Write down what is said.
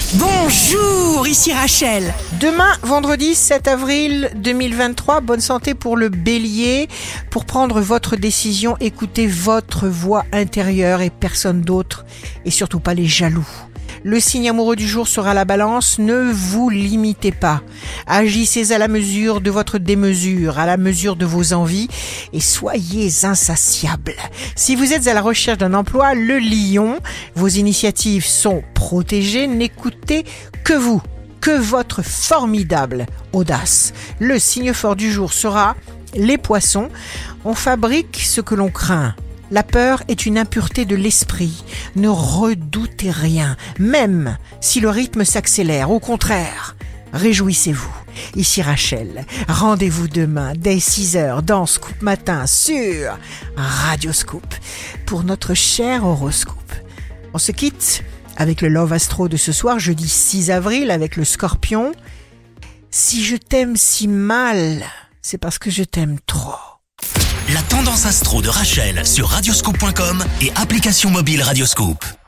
Bonjour, ici Rachel. Demain, vendredi 7 avril 2023, bonne santé pour le Bélier. Pour prendre votre décision, écoutez votre voix intérieure et personne d'autre, et surtout pas les jaloux. Le signe amoureux du jour sera la Balance. Ne vous limitez pas. Agissez à la mesure de votre démesure, à la mesure de vos envies, et soyez insatiables. Si vous êtes à la recherche d'un emploi, le Lion, vos initiatives sont protégées. N'écoutez que vous, que votre formidable audace. Le signe fort du jour sera les Poissons. On fabrique ce que l'on craint. La peur est une impureté de l'esprit. Ne redoutez rien, même si le rythme s'accélère. Au contraire, réjouissez-vous. Ici Rachel, rendez-vous demain dès 6h dans Scoop Matin sur Radio Scoop pour notre cher horoscope. On se quitte avec le Love Astro de ce soir, jeudi 6 avril, avec le Scorpion. Si je t'aime si mal, c'est parce que je t'aime trop. La tendance astro de Rachel sur radioscoop.com et application mobile Radioscoop.